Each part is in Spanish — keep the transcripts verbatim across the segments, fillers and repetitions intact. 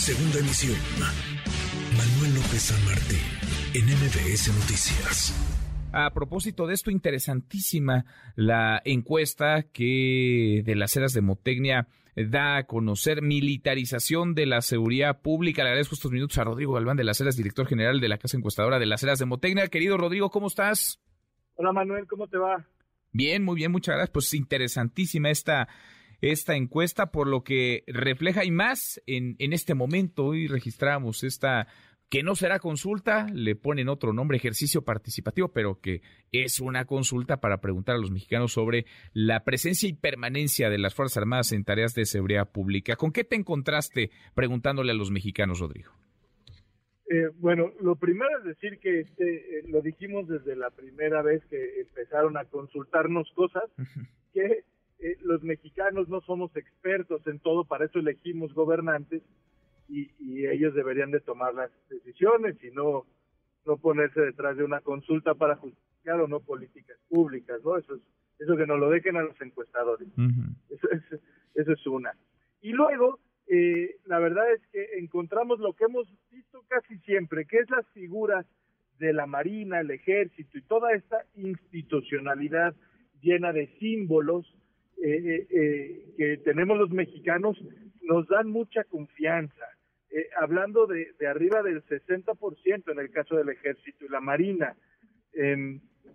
Segunda emisión. Manuel López San Martín, en M B S Noticias. A propósito de esto, interesantísima la encuesta que de las Heras de Motecnia da a conocer militarización de la seguridad pública. Le agradezco estos minutos a Rodrigo Galván de las Heras, director general de la Casa Encuestadora de las Heras de Motecnia. Querido Rodrigo, ¿cómo estás? Hola Manuel, ¿cómo te va? Bien, muy bien, muchas gracias. Pues interesantísima esta, esta encuesta por lo que refleja y más en, en este momento. Hoy registramos esta que no será consulta, le ponen otro nombre, ejercicio participativo, pero que es una consulta para preguntar a los mexicanos sobre la presencia y permanencia de las Fuerzas Armadas en tareas de seguridad pública. ¿Con qué te encontraste preguntándole a los mexicanos, Rodrigo? Eh, bueno, lo primero es decir que este, eh, lo dijimos desde la primera vez que empezaron a consultarnos cosas, uh-huh. que eh, los mexicanos no somos expertos en todo, para eso elegimos gobernantes, Y, y ellos deberían de tomar las decisiones y no no ponerse detrás de una consulta para justificar o no políticas públicas, ¿no? Eso es eso que nos lo dejen a los encuestadores. Uh-huh. Eso es eso es una. Y luego, eh, la verdad es que encontramos lo que hemos visto casi siempre, que es las figuras de la Marina, el Ejército y toda esta institucionalidad llena de símbolos eh, eh, eh, que tenemos los mexicanos, nos dan mucha confianza. Eh, hablando de, de arriba del sesenta por ciento en el caso del Ejército y la Marina. Eh,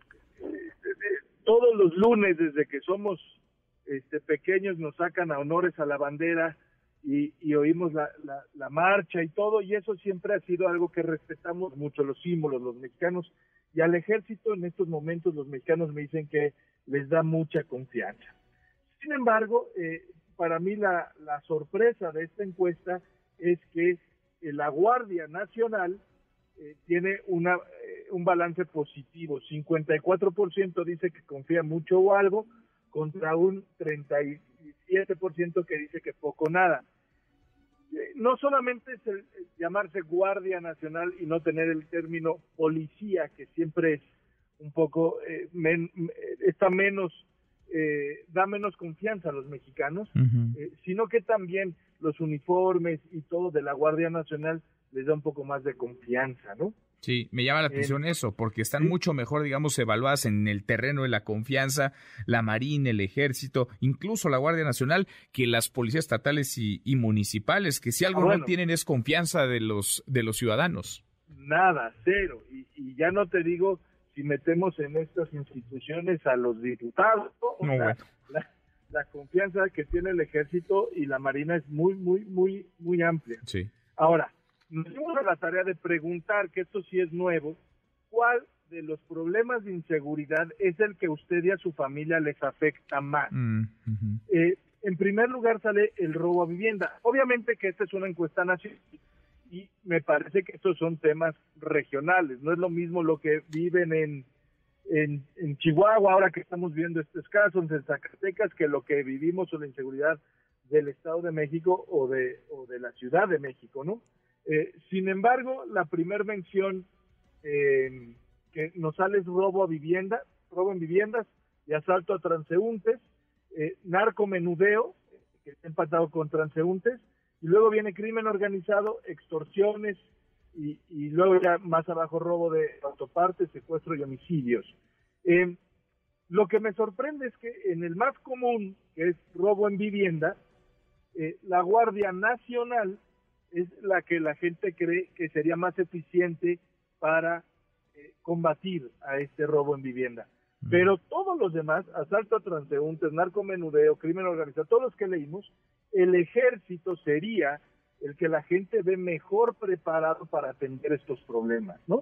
eh, todos los lunes, desde que somos este, pequeños, nos sacan a honores a la bandera y, y oímos la, la, la marcha y todo, y eso siempre ha sido algo que respetamos mucho, los símbolos, los mexicanos. Y al Ejército, en estos momentos, los mexicanos me dicen que les da mucha confianza. Sin embargo, eh, para mí la, la sorpresa de esta encuesta es que eh, la Guardia Nacional eh, tiene una eh, un balance positivo. cincuenta y cuatro por ciento dice que confía mucho o algo, contra un treinta y siete por ciento que dice que poco o nada. Eh, no solamente es el, el llamarse Guardia Nacional y no tener el término policía, que siempre es un poco, eh, men, está menos, eh, da menos confianza a los mexicanos, uh-huh. eh, sino que también los uniformes y todo de la Guardia Nacional les da un poco más de confianza, ¿no? Sí, me llama la atención eh, eso, porque están ¿sí? mucho mejor, digamos, evaluadas en el terreno de la confianza, la Marina, el Ejército, incluso la Guardia Nacional, que las policías estatales y, y municipales, que si algo ah, bueno, no tienen es confianza de los de los ciudadanos. Nada, cero, y, y ya no te digo si metemos en estas instituciones a los diputados, ¿no? No, o sea, bueno. la, la confianza que tiene el Ejército y la Marina es muy, muy, muy, muy amplia. Sí. Ahora, nos dimos a la tarea de preguntar, que esto sí es nuevo, ¿cuál de los problemas de inseguridad es el que a usted y a su familia les afecta más? Mm, uh-huh. eh, en primer lugar sale el robo a vivienda. Obviamente que esta es una encuesta nacional y me parece que estos son temas regionales. No es lo mismo lo que viven en En, en Chihuahua, ahora que estamos viendo estos casos, en Zacatecas, que lo que vivimos o la inseguridad del Estado de México o de o de la Ciudad de México, ¿no? Eh, sin embargo, la primer mención eh, que nos sale es robo a vivienda, robo en viviendas y asalto a transeúntes, eh, narcomenudeo, que está empatado con transeúntes, y luego viene crimen organizado, extorsiones, Y, y luego ya más abajo robo de autopartes, secuestro y homicidios. Eh, lo que me sorprende es que en el más común, que es robo en vivienda, eh, la Guardia Nacional es la que la gente cree que sería más eficiente para eh, combatir a este robo en vivienda. Mm. Pero todos los demás, asalto a transeúntes, narcomenudeo, crimen organizado, todos los que leímos, el Ejército sería el que la gente ve mejor preparado para atender estos problemas, ¿no?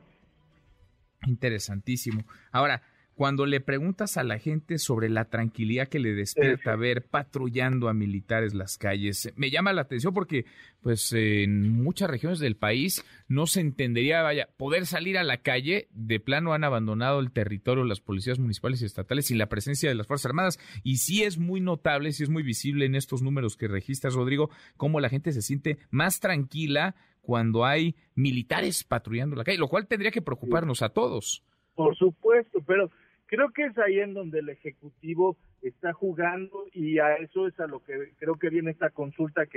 Interesantísimo. Ahora, cuando le preguntas a la gente sobre la tranquilidad que le despierta sí. ver patrullando a militares las calles, me llama la atención porque pues en muchas regiones del país no se entendería, vaya, poder salir a la calle, de plano han abandonado el territorio las policías municipales y estatales sin la presencia de las Fuerzas Armadas, y sí es muy notable, sí es muy visible en estos números que registras, Rodrigo, cómo la gente se siente más tranquila cuando hay militares patrullando la calle, lo cual tendría que preocuparnos sí. a todos. Por supuesto, pero creo que es ahí en donde el Ejecutivo está jugando, y a eso es a lo que creo que viene esta consulta que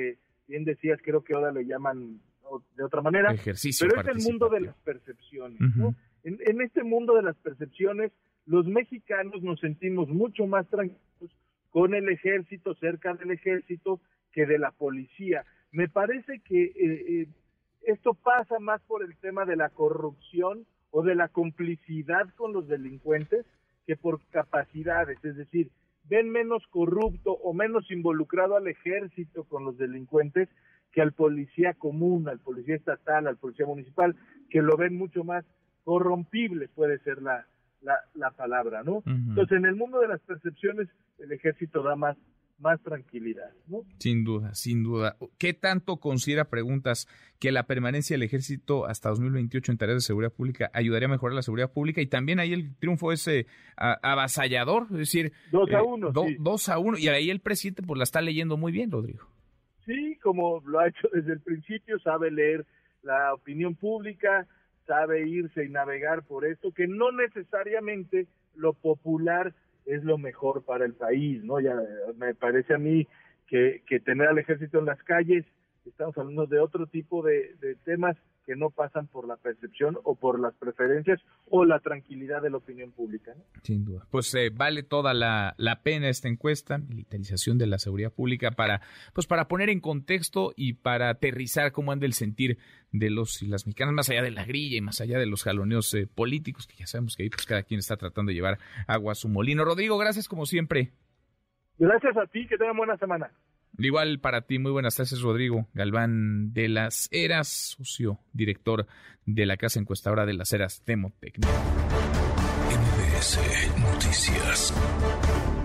bien decías, creo que ahora le llaman de otra manera, ejercicio pero es el mundo de las percepciones, uh-huh. ¿no? En, en este mundo de las percepciones, los mexicanos nos sentimos mucho más tranquilos con el ejército, cerca del ejército, que de la policía. Me parece que eh, eh, esto pasa más por el tema de la corrupción o de la complicidad con los delincuentes que por capacidades, es decir, ven menos corrupto o menos involucrado al ejército con los delincuentes que al policía común, al policía estatal, al policía municipal, que lo ven mucho más corrompible, puede ser la, la, la palabra, ¿no? Uh-huh. Entonces, en el mundo de las percepciones, el ejército da más, más tranquilidad, ¿no? Sin duda, sin duda. ¿Qué tanto considera, preguntas, que la permanencia del ejército hasta dos mil veintiocho en tareas de seguridad pública ayudaría a mejorar la seguridad pública? Y también ahí el triunfo es eh, avasallador, es decir... Dos a uno, eh, do, sí. Dos a uno, y ahí el presidente pues la está leyendo muy bien, Rodrigo. Sí, como lo ha hecho desde el principio, sabe leer la opinión pública, sabe irse y navegar por esto, que no necesariamente lo popular es lo mejor para el país, ¿no? Ya me parece a mí que, que tener al ejército en las calles, estamos hablando de otro tipo de, de temas que no pasan por la percepción o por las preferencias o la tranquilidad de la opinión pública, ¿no? Sin duda. Pues eh, vale toda la, la pena esta encuesta, militarización de la seguridad pública, para pues para poner en contexto y para aterrizar cómo anda el sentir de los y las mexicanas, más allá de la grilla y más allá de los jaloneos eh, políticos, que ya sabemos que ahí pues cada quien está tratando de llevar agua a su molino. Rodrigo, gracias como siempre. Gracias a ti, que tengan buena semana. Igual para ti, muy buenas tardes, Rodrigo Galván de las Heras, socio director de la casa encuestadora de las Heras Demotecnia. M B S Noticias.